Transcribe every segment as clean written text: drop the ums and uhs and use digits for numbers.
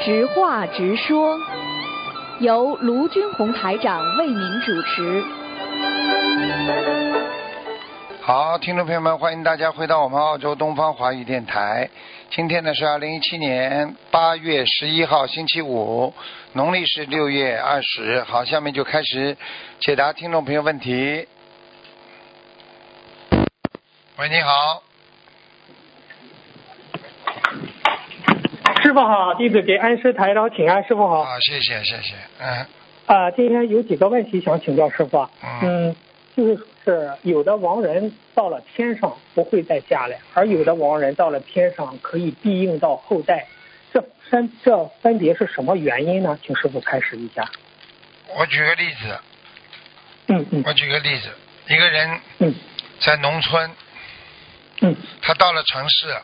直话直说，由卢军红台长为您主持。 好，听众朋友们，欢迎大家回到我们澳洲东方华语电台。今天呢是2017年8月11号星期五，农历是6月20。好，下面就开始解答听众朋友问题。喂，你好。 师傅好，弟子给恩师台长请安，师傅好。 好，谢谢。 今天有几个问题想请教师傅。就是有的亡人到了天上不会再下来，而有的亡人到了天上可以庇应到后代，这分别是什么原因呢？请师傅开始一下。 我举个例子。一个人在农村，他到了城市，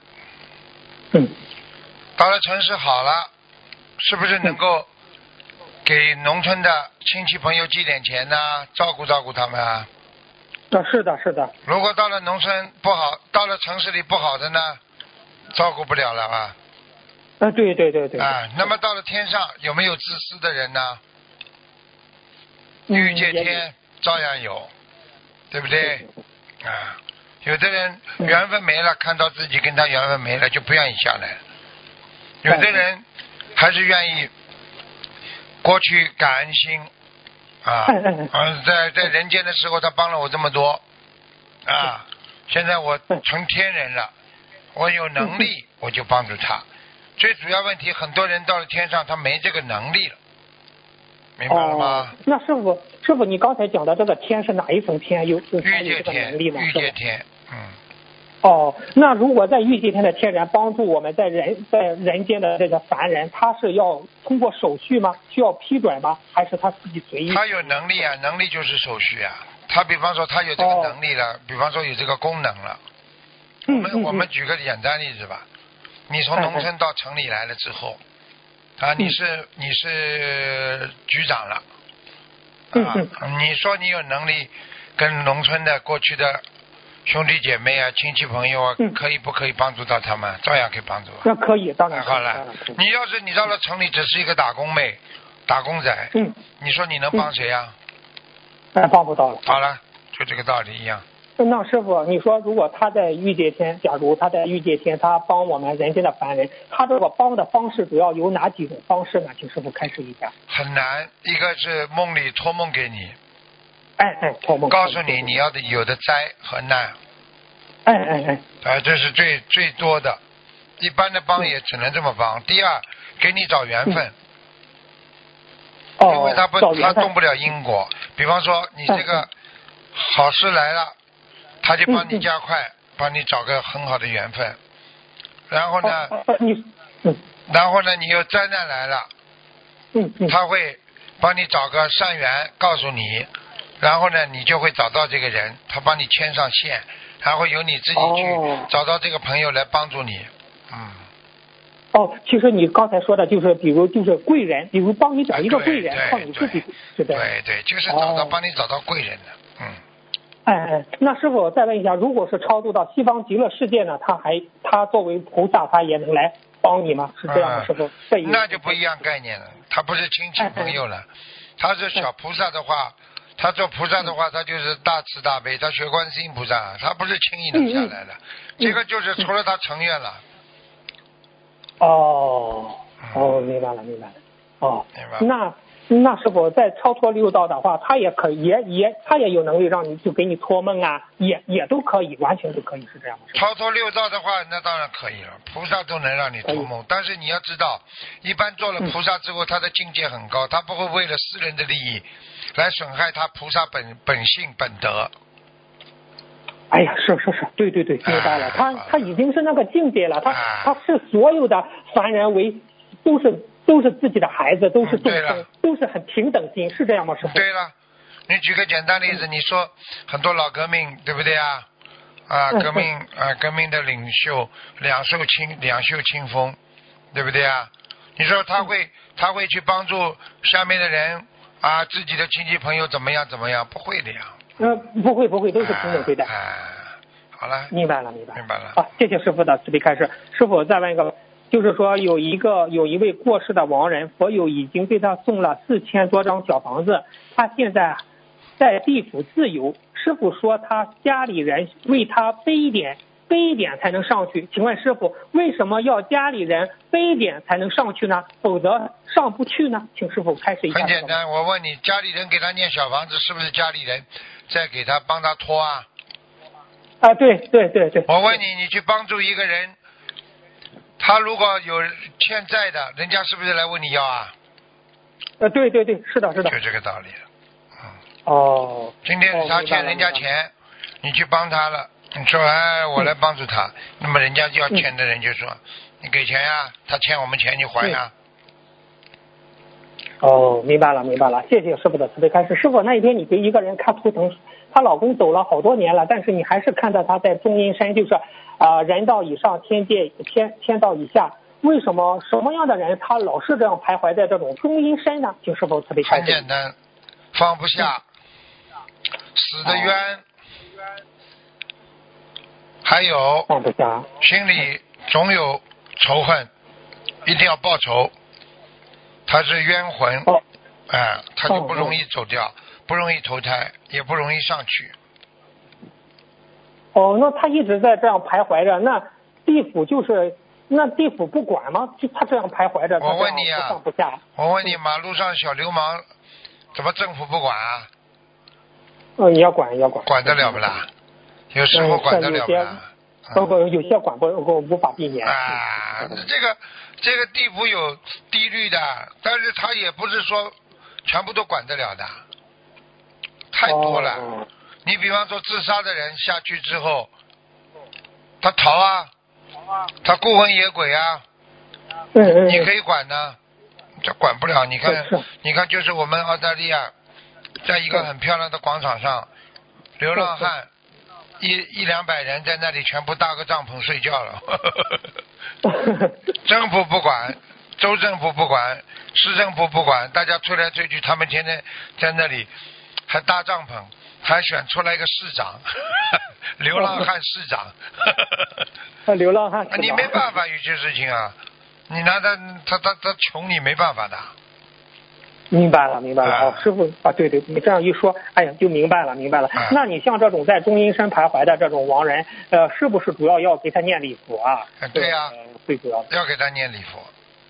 到了城市好了，是不是能够给农村的亲戚朋友寄点钱呢？照顾他们啊？ 是的。 如果到了农村不好，到了城市里不好的呢，照顾不了了吧？ 对。 那么到了天上有没有自私的人呢？欲界天照样有，对不对？有的人缘分没了，看到自己跟他缘分没了，就不愿意下来了。有的人还是愿意过去感恩心在人间的时候他帮了我这么多现在我成天人了，我有能力我就帮助他。最主要问题，很多人到了天上他没这个能力了，明白了吗？ 那师傅你刚才讲的这个天是哪一层天？有这个能力呢？ 欲界天。 那如果在欲界天的天人帮助我们在人间的这个凡人，他是要通过手续吗？需要批准吗？还是他自己随意？ 他有能力啊，能力就是手续啊。他比方说他有这个能力了，比方说有这个功能了。我们举个简单例子吧。你从农村到城里来了之后你是局长了你说你有能力跟农村的过去的兄弟姐妹啊、亲戚朋友啊，可以不可以帮助到他们？照样可以帮助。 那可以，当然。 好了，你要是你到了城里只是一个打工妹、打工仔，你说你能帮谁啊？ 帮不到了。 好了，就这个道理一样。 那师傅，你说如果他在欲界天，假如他在欲界天，他帮我们人间的凡人，他这个帮的方式主要有哪几种方式呢？请师傅开始一下。 很难，一个是梦里托梦给你。 托梦告诉你要的有的灾和难。这是最多的，一般的帮也只能这么帮。第二，给你找缘分。因为他动不了因果。比方说你这个好事来了，他就帮你加快，帮你找个很好的缘分。然后呢，你有灾难来了，他会帮你找个善缘，告诉你。然后呢，你就会找到这个人，他帮你牵上线，然后由你自己去找到这个朋友来帮助你。 其实你刚才说的就是，比如就是贵人，比如帮你找一个贵人，靠你自己，是的。 对，就是帮你找到贵人的。 那师傅再问一下，如果是超度到西方极乐世界呢，他作为菩萨，他也能来帮你吗？是这样的，师傅？ 那就不一样概念了，他不是亲戚朋友了，他是小菩萨的话。他做菩萨的话，他就是大慈大悲，他学观世音菩萨，他不是轻易能下来的。这个就是除了他成愿了。 明白了。那师傅在超脱六道的话，他也可以，他也有能力让你就给你托梦啊，也都可以，完全都可以，是这样吗？ 超脱六道的话，那当然可以了，菩萨都能让你托梦。但是你要知道，一般做了菩萨之后，他的境界很高，他不会为了私人的利益来损害他菩萨本性本德。 是，对，明白了。他已经是那个境界了，他是所有的凡人都是自己的孩子，都是众生，都是很平等心，是这样吗？师傅？ 对了，你举个简单例子，你说很多老革命，对不对啊？革命的领袖两袖清风，对不对啊？你说他会去帮助下面的人自己的亲戚朋友怎么样？不会的呀。 不会，都是平等对待。 好了， 明白了。 好， 谢谢师傅的慈悲开示。师傅再问一个就是说有一位过世的亡人，佛友已经给他送了4000多张小房子，他现在在地府自由。师傅说他家里人为他背一点才能上去，请问师傅为什么要家里人背一点才能上去呢？否则上不去呢？请师傅开始一下。 很简单，我问你，家里人给他念小房子，是不是家里人在给他帮他拖啊？ 啊，对。 我问你，你去帮助一个人，他如果有欠债的，人家是不是来问你要啊？ 对，是的。 就这个道理。 哦。 今天他欠人家钱，你去帮他了，你说我来帮助他，那么人家要钱的人就说，你给钱呀，他欠我们钱你还呀。 哦，明白了，谢谢师傅的慈悲开示。师傅，那一天你给一个人看图腾，她老公走了好多年了，但是你还是看到她在中阴身，就是人道以上，天道以下。为什么什么样的人他老是这样徘徊在这种中阴身呢？请师傅慈悲开示。 很简单，放不下，死的冤，还有放不下， 心里总有仇恨，一定要报仇。他是冤魂，他就不容易走掉，不容易投胎，也不容易上去。 那他一直在这样徘徊着，那地府不管吗？就他这样徘徊着， 我问你啊， 放不下。 我问你，马路上小流氓，怎么政府不管啊？ 也要管。 管得了不啦？有时候管得了不啦？ 有些管不无法避免。 这个地府有地律的，但是他也不是说全部都管得了的，太多了。你比方说自杀的人下去之后，他逃啊，他孤魂野鬼啊，你可以管呢，这管不了。你看，就是我们澳大利亚，在一个很漂亮的广场上，流浪汉100-200人在那里全部搭个帐篷睡觉了。政府不管，州政府不管，市政府不管，大家推来推去，他们天天在那里还搭帐篷，还选出来一个市长，流浪汉市长。 流浪汉。 你没办法，有些事情啊，你拿他穷，你没办法的。 明白了。师傅啊，对，你这样一说，哎呀，就明白了。那你像这种在中阴身徘徊的这种亡人，是不是主要要给他念礼佛啊？ 对呀， 最主要要给他念礼佛。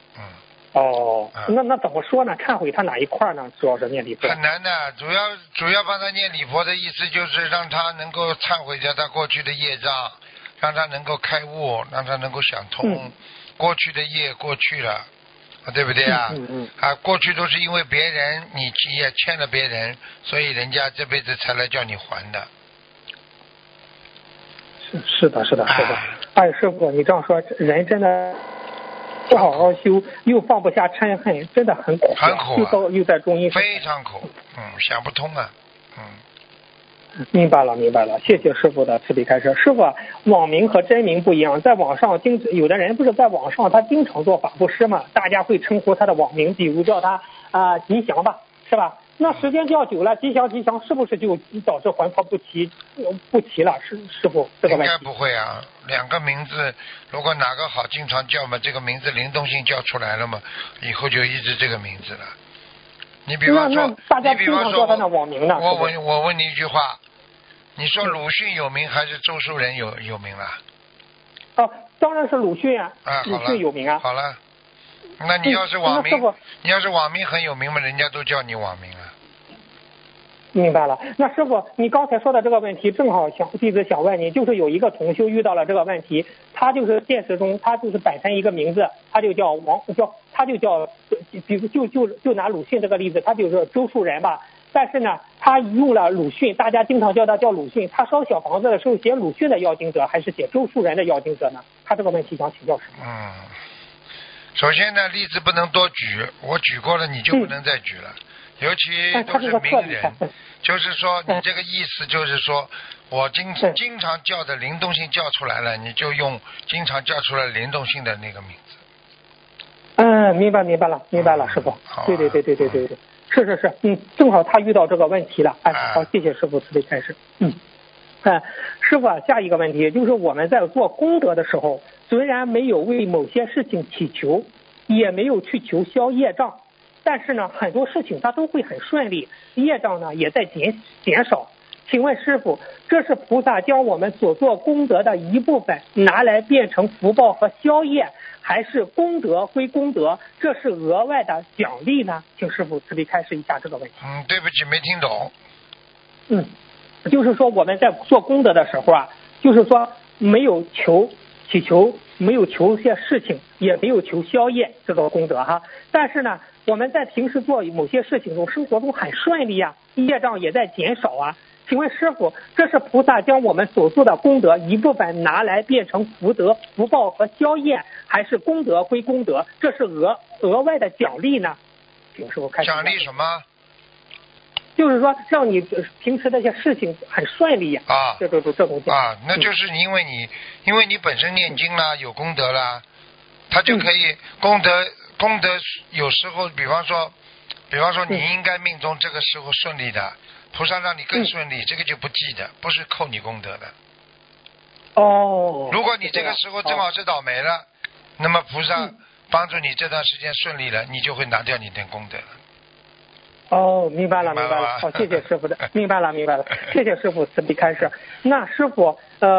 那怎么说呢？忏悔他哪一块呢？主要是念礼佛。 很难的，主要帮他念礼佛的意思就是让他能够忏悔掉他过去的业障，让他能够开悟，让他能够想通，过去的业过去了。对不对啊？过去都是因为别人，你也欠了别人，所以人家这辈子才来叫你还的。 是的。哎，师傅，你这样说，人真的不好好修，又放不下嗔恨，真的很苦。 很苦又在中阴身。 非常苦，想不通啊。 明白了，谢谢师傅的慈悲开示。师傅，网名和真名不一样，在网上有的人不是在网上他经常做法布施嘛，大家会称呼他的网名，比如叫他吉祥吧，是吧？那时间较久了，吉祥，是不是就导致魂魄不齐了？师傅，这个问题应该不会啊。两个名字，如果哪个好，经常叫嘛，这个名字灵动性叫出来了嘛，以后就一直这个名字了。你比方说， 大家经常叫他的网名呢？ 我问你一句话，你说鲁迅有名还是周树人有名了？ 当然是鲁迅啊，鲁迅有名啊。 好了，那你要是网名很有名嘛，人家都叫你网名啊。 明白了。那师傅，你刚才说的这个问题，正好弟子想问你，就是有一个同修遇到了这个问题，他就是现实中他就是本身一个名字，他就叫比如就拿鲁迅这个例子，他就是周树人吧。但是呢，他用了鲁迅，大家经常叫他叫鲁迅。他烧小房子的时候写鲁迅的要经者，还是写周树人的要经者呢？他这个问题想请教师傅。 首先呢，例子不能多举，我举过了，你就不能再举了。尤其都是名人，就是说你这个意思就是说，我经常叫的灵动性叫出来了，你就用经常叫出来灵动性的那个名字。 明白了，师傅。对，是，正好他遇到这个问题了。好，谢谢师傅慈悲开示。 师傅啊，下一个问题就是我们在做功德的时候，虽然没有为某些事情祈求，也没有去求消业障，但是呢，很多事情它都会很顺利，业障呢也在减少。请问师傅，这是菩萨将我们所做功德的一部分拿来变成福报和消业，还是功德归功德，这是额外的奖励呢？请师傅慈悲开示一下这个问题。 对不起，没听懂。 就是说我们在做功德的时候啊，就是说没有祈求，没有求些事情，也没有求消业这个功德哈。但是呢，我们在平时做某些事情中，生活中很顺利啊，业障也在减少啊。请问师傅，这是菩萨将我们所做的功德一部分拿来变成福德、福报和消业，还是功德归功德，这是额外的奖励呢？请师傅开始。 奖励什么？ 就是说让你平时那些事情很顺利呀。这种啊，那就是因为你本身念经啦，有功德啦，他就可以功德有时候，比方说你应该命中这个时候顺利的。菩萨让你更顺利，这个就不记的，不是扣你功德的。如果你这个时候正好是倒霉了，那么菩萨帮助你这段时间顺利了，你就会拿掉你的功德。 明白了。好，谢谢师傅的，明白了，谢谢师傅慈悲开示。那师傅，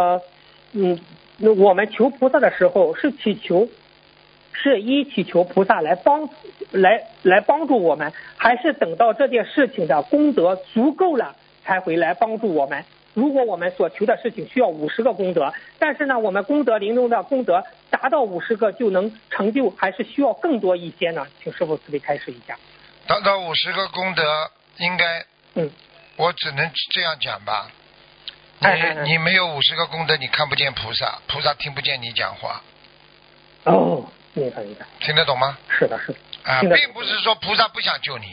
我们求菩萨的时候是祈求菩萨来帮助我们，还是等到这件事情的功德足够了才会来帮助我们？如果我们所求的事情需要50个功德，但是呢，我们功德林中的功德达到50个就能成就，还是需要更多一些呢？请师父慈悲开示一下。 达到50个功德，应该，我只能这样讲吧。你没有50个功德，你看不见菩萨，菩萨听不见你讲话。 明白。 听得懂吗？ 是的。 并不是说菩萨不想救你。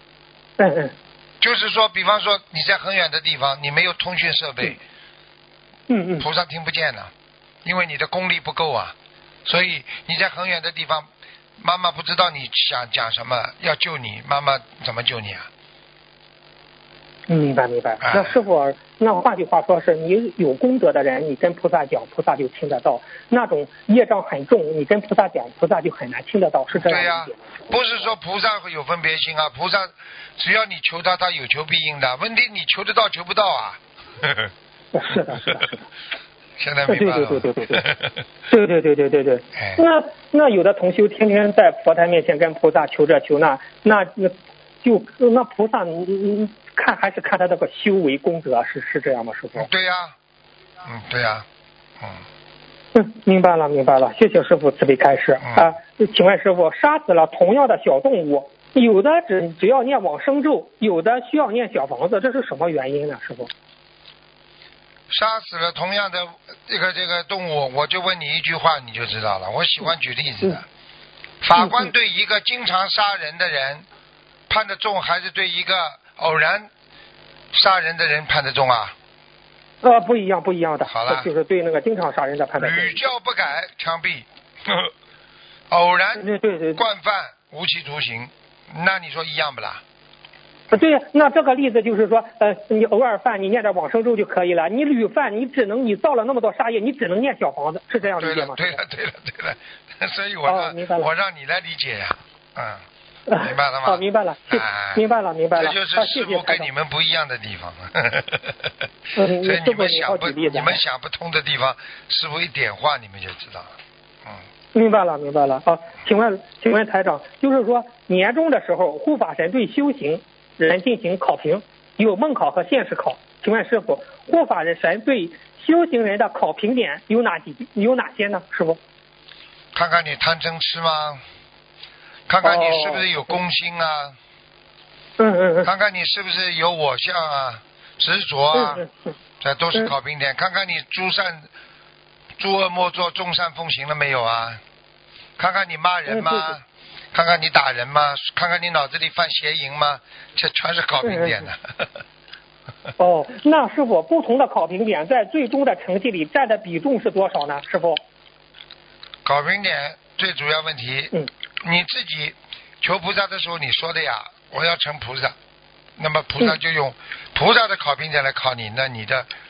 就是说，比方说你在很远的地方，你没有通讯设备，菩萨听不见的，因为你的功力不够啊。所以你在很远的地方，妈妈不知道你想讲什么，要救你，妈妈怎么救你啊？ 明白。那师傅，那换句话说是你有功德的人，你跟菩萨讲，菩萨就听得到；那种业障很重，你跟菩萨讲，菩萨就很难听得到，是这样的。 对呀，不是说菩萨会有分别心啊，菩萨只要你求他，他有求必应的。问题你求得到求不到啊？ 是的。 现在明白了。 对。那有的同修天天在佛台面前跟菩萨求那菩萨还是看他这个修为功德，是这样吗？师傅？ 对呀。对呀。 明白了。谢谢师傅慈悲开示。请问师傅，杀死了同样的小动物，有的只要念往生咒，有的需要念小房子，这是什么原因呢？师傅？ 杀死了同样的这个动物，我就问你一句话，你就知道了。我喜欢举例子的。法官对一个经常杀人的人判得重，还是对一个偶然杀人的人判得重啊？ 不一样的。 好了， 就是对那个经常杀人的判得重。 屡教不改，枪毙；偶然对惯犯，无期徒刑。那你说一样不啦？ 对呀，那这个例子就是说，你偶尔犯，你念点往生咒就可以了；你屡犯，你造了那么多杀业，你只能念小房子，是这样理解吗？ 对了，所以我让你来理解呀，明白了吗？ 明白了，明白了。 这就是师父跟你们不一样的地方。所以你们想不通的地方，师父一点化你们就知道了。 明白了。好，请问台长，就是说年终的时候，护法神对修行人进行考评，有梦考和现实考。请问师傅，护法神对修行人的考评点有哪些呢？师傅， 看看你贪嗔痴吗？看看你是不是有公心啊？看看你是不是有我相啊、执着啊？这都是考评点。看看你诸恶莫作，众善奉行了没有啊？看看你骂人吗？看看你打人吗？看看你脑子里犯邪淫吗？这全是考评点的。 那师傅，不同的考评点在最终的成绩里占的比重是多少呢？师傅， 考评点最主要问题，你自己求菩萨的时候你说的呀，我要成菩萨，那么菩萨就用菩萨的考评点来考你，那你的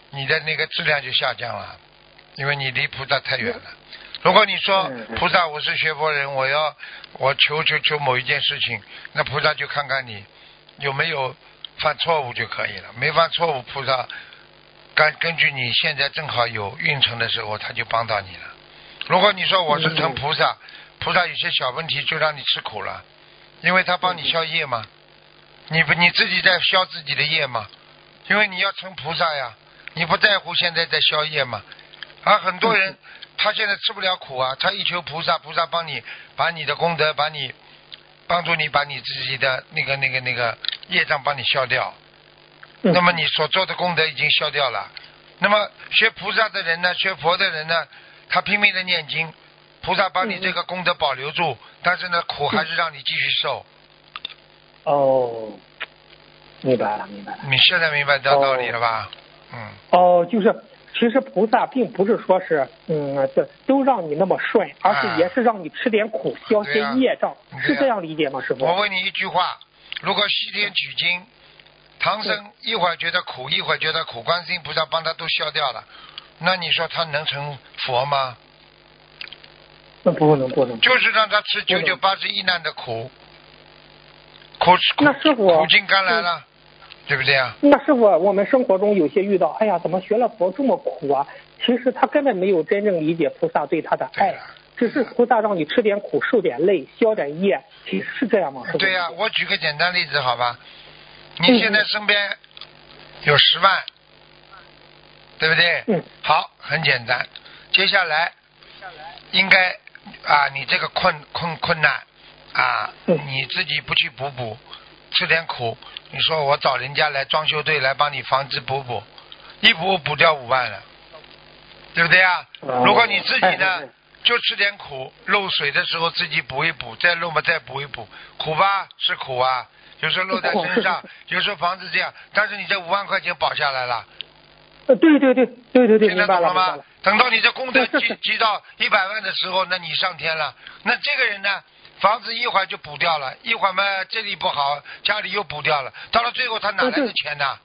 你的那个质量就下降了，因为你离菩萨太远了。如果你说菩萨我是学佛人，我求某一件事情，那菩萨就看看你有没有犯错误就可以了，没犯错误，菩萨根据你现在正好有运程的时候，他就帮到你了。如果你说我是成菩萨，菩萨有些小问题就让你吃苦了，因为他帮你消业嘛，你自己在消自己的业嘛，因为你要成菩萨呀，你不在乎现在在消业嘛。而很多人他现在吃不了苦啊，他一求菩萨，菩萨帮你把你的功德帮助你把你自己的那个业障帮你消掉，那么你所做的功德已经消掉了。那么学菩萨的人呢，学佛的人呢，他拼命的念经，菩萨帮你这个功德保留住，但是呢苦还是让你继续受。 哦，明白了。 你现在明白这道理了吧？ 就是其实菩萨并不是说是都让你那么顺，而是也是让你吃点苦，消些业障，是这样理解吗，师傅？ 我问你一句话，如果西天取经，唐僧一会儿觉得苦，一会儿觉得苦，观世音菩萨帮他都消掉了，那你说他能成佛吗？ 那不能， 就是让他吃981难的苦， 那师傅苦尽甘来了，对不对啊？ 那师傅，我们生活中有些遇到，哎呀，怎么学了佛这么苦啊？其实他根本没有真正理解菩萨对他的爱，只是菩萨让你吃点苦，受点累，消点业，其实是这样吗？师傅？ 对呀，我举个简单例子好吧？你现在身边有10万，对不对？好，很简单。接下来应该你这个困难你自己不去补，吃点苦。你说我找人家来装修队来帮你房子补，一补掉5万了，对不对啊？如果你自己呢就吃点苦，漏水的时候自己补一补，再漏嘛再补一补，苦吧是苦啊，有时候漏在身上，有时候房子这样，但是你这5万块钱保下来了。 对， 现在懂了吗？等到你这功德积到100万的时候，那你上天了。那这个人呢，房子一会儿就补掉了，一会儿嘛这里不好，家里又补掉了，到了最后他哪来的钱呢？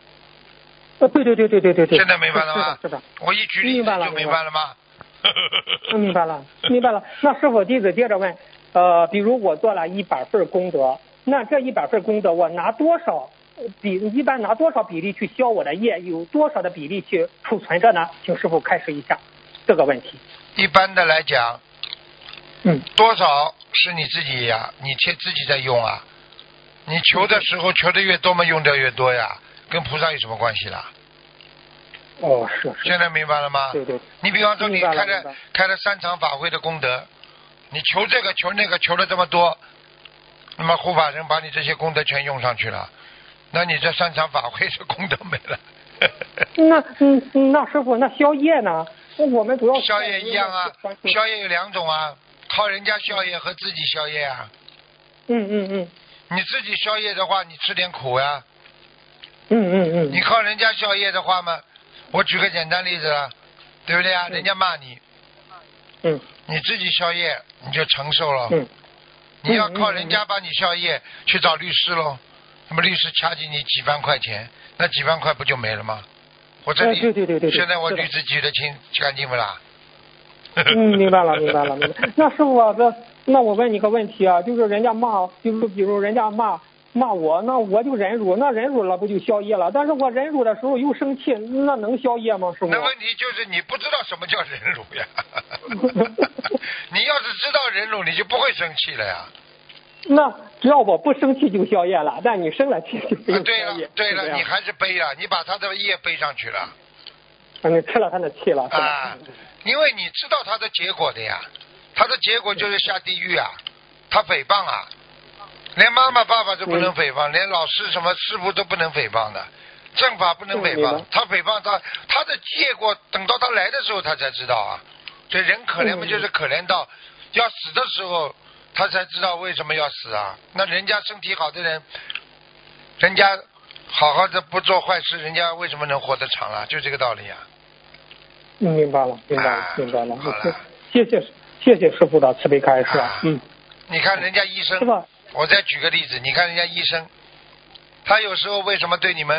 对。 现在明白了吗？ 是的。 我一举例子就明白了吗？ 明白了。那师傅弟子接着问，比如我做了100份功德，那这100份功德我拿多少？一般拿多少比例去消我的业，有多少的比例去储存着呢？请师傅开示一下这个问题。 一般的来讲，多少是你自己呀，你自己在用啊。你求的时候求的越多嘛，用的越多呀，跟菩萨有什么关系啦？ 是。 现在明白了吗？ 对。 你比方说你开了3场法会的功德，你求这个求那个求了这么多，那么护法人把你这些功德全用上去了。那你这3场法会的功德没了。 那师傅，那消业呢？我们主要消业一样啊，消业有2种啊，靠人家消业和自己消业啊。你自己消业的话，你吃点苦呀。你靠人家消业的话嘛，我举个简单例子啊，对不对啊？人家骂你，你自己消业你就承受了。你要靠人家帮你消业，去找律师喽。那么律师掐进你几万块钱，那几万块不就没了吗？我这里对， 现在我律师举得干净不啦？ 明白了。那师傅啊，那我问你个问题啊，就是人家骂，就是比如人家骂我，那我就忍辱，那忍辱了不就消业了？但是我忍辱的时候又生气，那能消业吗？师傅？ 那问题就是你不知道什么叫忍辱呀。你要是知道忍辱，你就不会生气了呀。 那只要我不生气就消业了，但你生了气就不用消业。 对了，你还是背了，你把他的业背上去了。 你吃了他的气了。 因为你知道他的结果的呀，他的结果就是下地狱啊，他诽谤啊，连妈妈爸爸都不能诽谤，连老师什么师傅都不能诽谤的，正法不能诽谤，他诽谤他的结果等到他来的时候他才知道啊。这人可怜嘛，就是可怜到要死的时候他才知道为什么要死啊。那人家身体好的人，人家好好的不做坏事，人家为什么能活得长啊？就这个道理啊。 明白了。谢谢师傅的慈悲开示。 你看人家医生，我再举个例子，你看人家医生，他有时候为什么对你们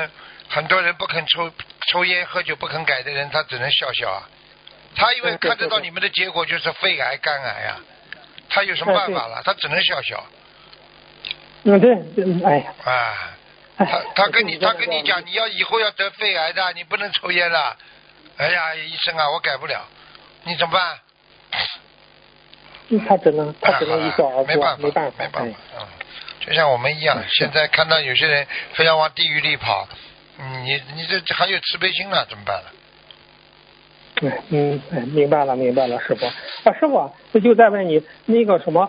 很多人不肯抽烟喝酒不肯改的人，他只能笑笑啊。他因为看得到你们的结果就是肺癌、肝癌啊，他有什么办法了？他只能笑笑。 对，哎呀。 他跟你讲，你要以后要得肺癌的，你不能抽烟了。哎呀，医生啊，我改不了，你怎么办？ 他只能一笑而过， 没办法。就像我们一样，现在看到有些人非要往地狱里跑，你这还有慈悲心了，怎么办了？ 明白了，师傅。师傅，我就再问你那个什么，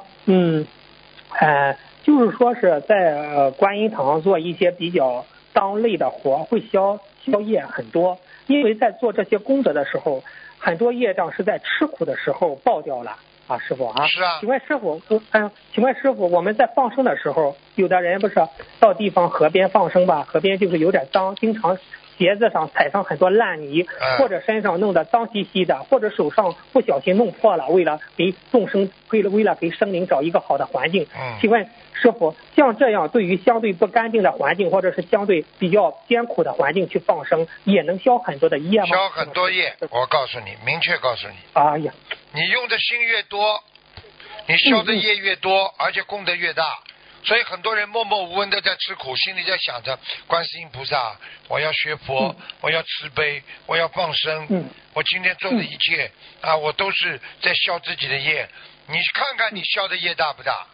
就是说是在观音堂做一些比较当累的活，会消业很多，因为在做这些功德的时候，很多业障是在吃苦的时候爆掉了啊，师傅啊。 是啊。 请问师傅，我们在放生的时候，有的人不是到地方河边放生吧？河边就是有点脏，经常鞋子上踩上很多烂泥，或者身上弄得脏兮兮的，或者手上不小心弄破了，为了给众生，为了给生灵找一个好的环境。请问师傅，像这样对于相对不干净的环境，或者是相对比较艰苦的环境去放生，也能消很多的业吗？ 消很多业，我告诉你，明确告诉你。 哎呀， 你用的心越多，你消的业越多，而且功德越大。所以很多人默默无闻的在吃苦，心里在想着观世音菩萨，我要学佛，我要慈悲，我要放生，我今天做的一切啊，我都是在消自己的业。你看看你消的业大不大？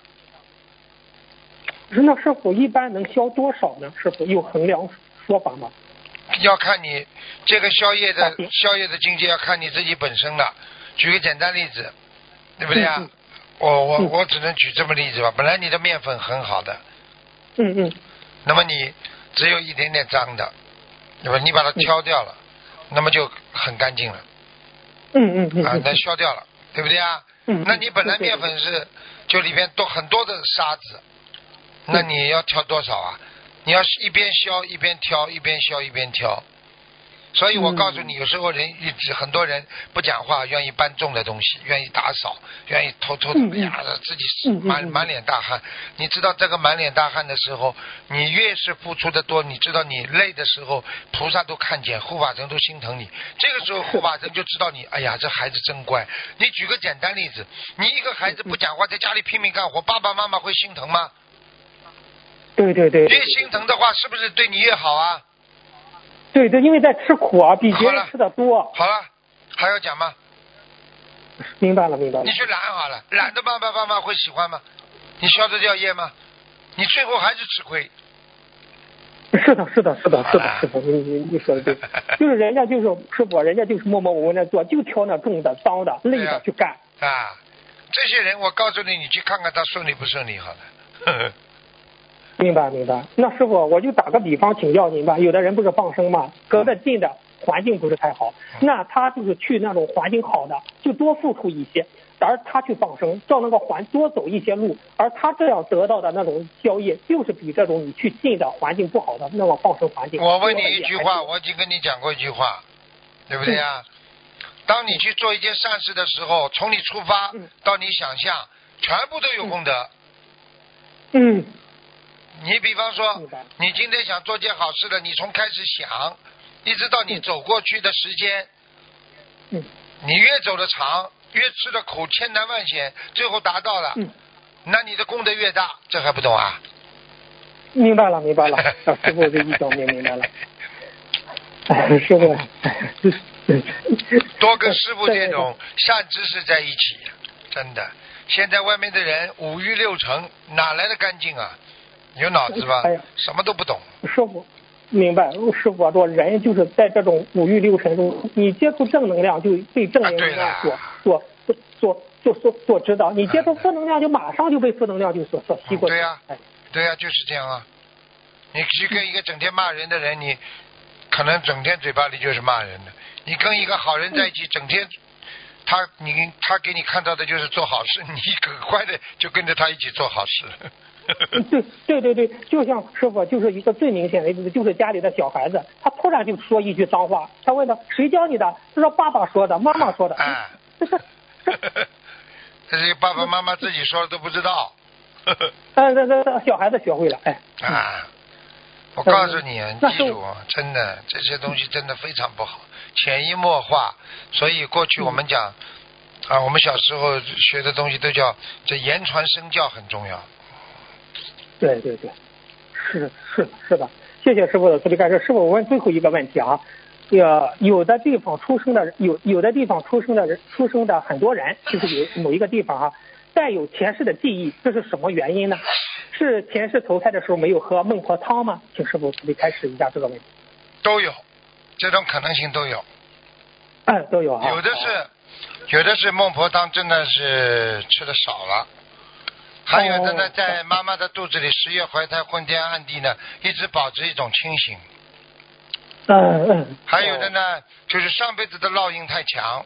那师傅一般能消多少呢？师傅有衡量说法吗？ 要看你这个消业的境界，要看你自己本身了。举个简单例子，对不对啊？我只能举这么例子吧。本来你的面粉很好的，那么你只有一点点脏的，对吧？你把它挑掉了，那么就很干净了。那消掉了，对不对啊？那你本来面粉是就里边都很多的沙子，那你要挑多少啊？你要一边消一边挑，一边消一边挑。所以我告诉你，有时候很多人不讲话，愿意搬重的东西，愿意打扫，愿意偷偷的自己满脸大汗。你知道这个满脸大汗的时候，你越是付出的多，你知道你累的时候，菩萨都看见，护法神都心疼你。这个时候护法神就知道你，哎呀，这孩子真乖。你举个简单例子，你一个孩子不讲话，在家里拼命干活，爸爸妈妈会心疼吗？ 对。 越心疼的话，是不是对你越好啊？ 对，因为在吃苦啊，比别人吃的多。 好了，还要讲吗？ 明白了。 你去懒好了，懒的爸爸妈妈会喜欢吗？你消得掉业吗？你最后还是吃亏。 是的，你说的对，就是人家就是师傅，人家就是默默无闻的做，就挑那重的、脏的、累的去干。 这些人我告诉你，你去看看他顺利不顺利好了。 明白。那师傅，我就打个比方请教您吧。有的人不是放生嘛，隔得近的环境不是太好，那他就是去那种环境好的，就多付出一些，而他去放生，照那个多走一些路，而他这样得到的那种消业，就是比这种你去近的环境不好的那种放生环境。 我问你一句话，我已经跟你讲过一句话，对不对啊？当你去做一件善事的时候，从你出发到你想象，全部都有功德。你比方说，你今天想做件好事的，你从开始想，一直到你走过去的时间，你越走的长，越吃的苦，千难万险，最后达到了，那你的功德越大，这还不懂啊？ 明白了，师傅这一讲明白了。师傅， 多跟师傅这种善知识在一起，真的。现在外面的人五欲六尘，哪来的干净啊？有脑子吧？什么都不懂。 师傅，明白。师傅说，人就是在这种五欲六尘中，你接触正能量就被正能量所指导，你接触负能量就马上就被负能量就所吸过去。 对呀，就是这样啊。你去跟一个整天骂人的人，你可能整天嘴巴里就是骂人的；你跟一个好人在一起，整天他给你看到的就是做好事，你很快的就跟着他一起做好事。 对，就像师傅就是一个最明显的例子，就是家里的小孩子，他突然就说一句脏话，他问他谁教你的？他说爸爸说的，妈妈说的。 这是爸爸妈妈自己说的都不知道。 小孩子学会了， 我告诉你，你记住，真的这些东西真的非常不好，潜移默化。所以过去我们讲我们小时候学的东西都叫这言传身教很重要。 对对对，是的。谢谢师傅的慈悲开示。师傅，我问最后一个问题啊，有的地方出生的有的地方出生的很多人，就是有某一个地方带有前世的记忆，这是什么原因呢？是前世投胎的时候没有喝孟婆汤吗？请师傅慈悲开示一下这个问题。 都有，这种可能性都有。 都有有的是孟婆汤真的是吃的少了。还有的呢，在妈妈的肚子里10月怀胎，昏天暗地呢，一直保持一种清醒。还有的呢，就是上辈子的烙印太强。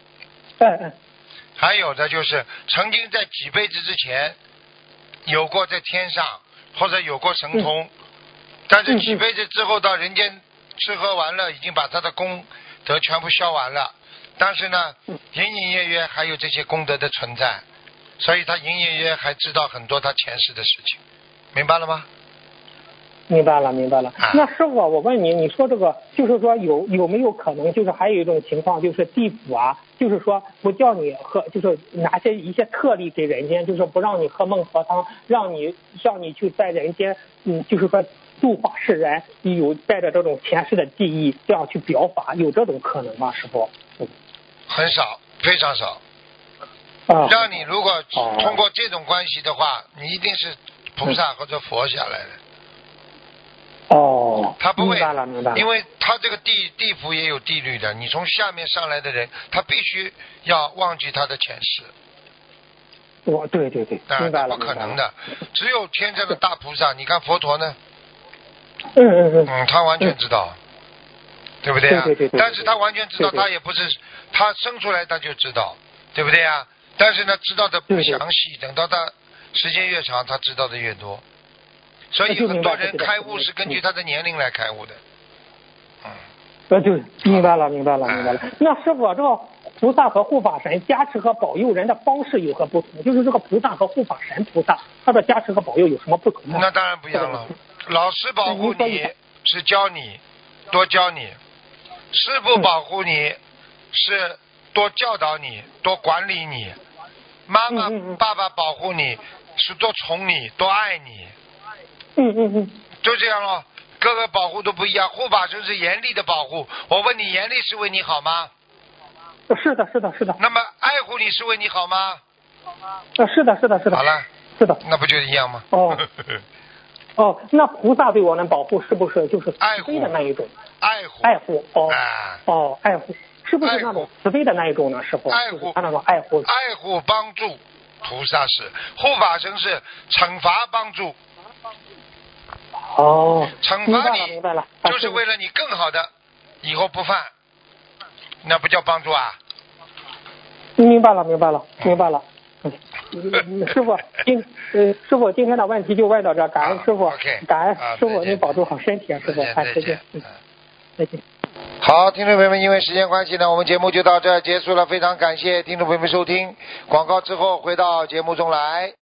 还有的就是曾经在几辈子之前有过在天上，或者有过神通，但是几辈子之后到人间吃喝玩乐，已经把他的功德全部消完了。但是呢，隐隐约约还有这些功德的存在。所以他隐隐约约还知道很多他前世的事情，明白了吗？ 明白了。那师傅，我问你说这个就是说有没有可能，就是还有一种情况，就是地府就是说不叫你喝，就是拿一些特例给人间，就是不让你喝孟婆汤，让你去在人间，就是说度化世人，有带着这种前世的记忆，这样去表法，有这种可能吗？师傅？ 很少，非常少。让你如果通过这种关系的话，你一定是菩萨或者佛下来的。他不会， 明白了， 因为他这个地府也有地律的，你从下面上来的人，他必须要忘记他的前世。 对，明白了， 不可能的，只有天上的大菩萨。你看佛陀呢？他完全知道，对不对啊？ 对。 但是他完全知道，他也不是他生出来他就知道，对不对啊？但是呢，知道的不详细，等到他时间越长，他知道的越多。所以很多人开悟是根据他的年龄来开悟的。 对，明白了。那师傅，这个菩萨和护法神加持和保佑人的方式有何不同？就是这个菩萨和护法神菩萨，他的加持和保佑有什么不同呢？ 那当然不一样了。老师保护你是教你，多教你；师父保护你是多教导你，多管理你；妈妈、爸爸保护你是多宠你，多爱你。就这样咯，各个保护都不一样。护法神是严厉的保护，我问你，严厉是为你好吗？ 是的。 那么爱护你是为你好吗？ 是的。 好了， 是的。 那不就一样吗？ 那菩萨对我们保护是不是就是慈悲的那一种？爱护。爱护，是不是那种慈悲的那一种呢？师傅， 爱护， 他那种爱护帮助。菩萨是，护法神是惩罚帮助。惩罚你明白了， 就是为了你更好的以后不犯，那不叫帮助啊。 明白了。师傅今天的问题就问到这，感恩师傅，感恩师傅，您保重好身体，师傅，再见。再见。 好，听众朋友们，因为时间关系呢，我们节目就到这儿结束了，非常感谢听众朋友们收听，广告之后回到节目中来。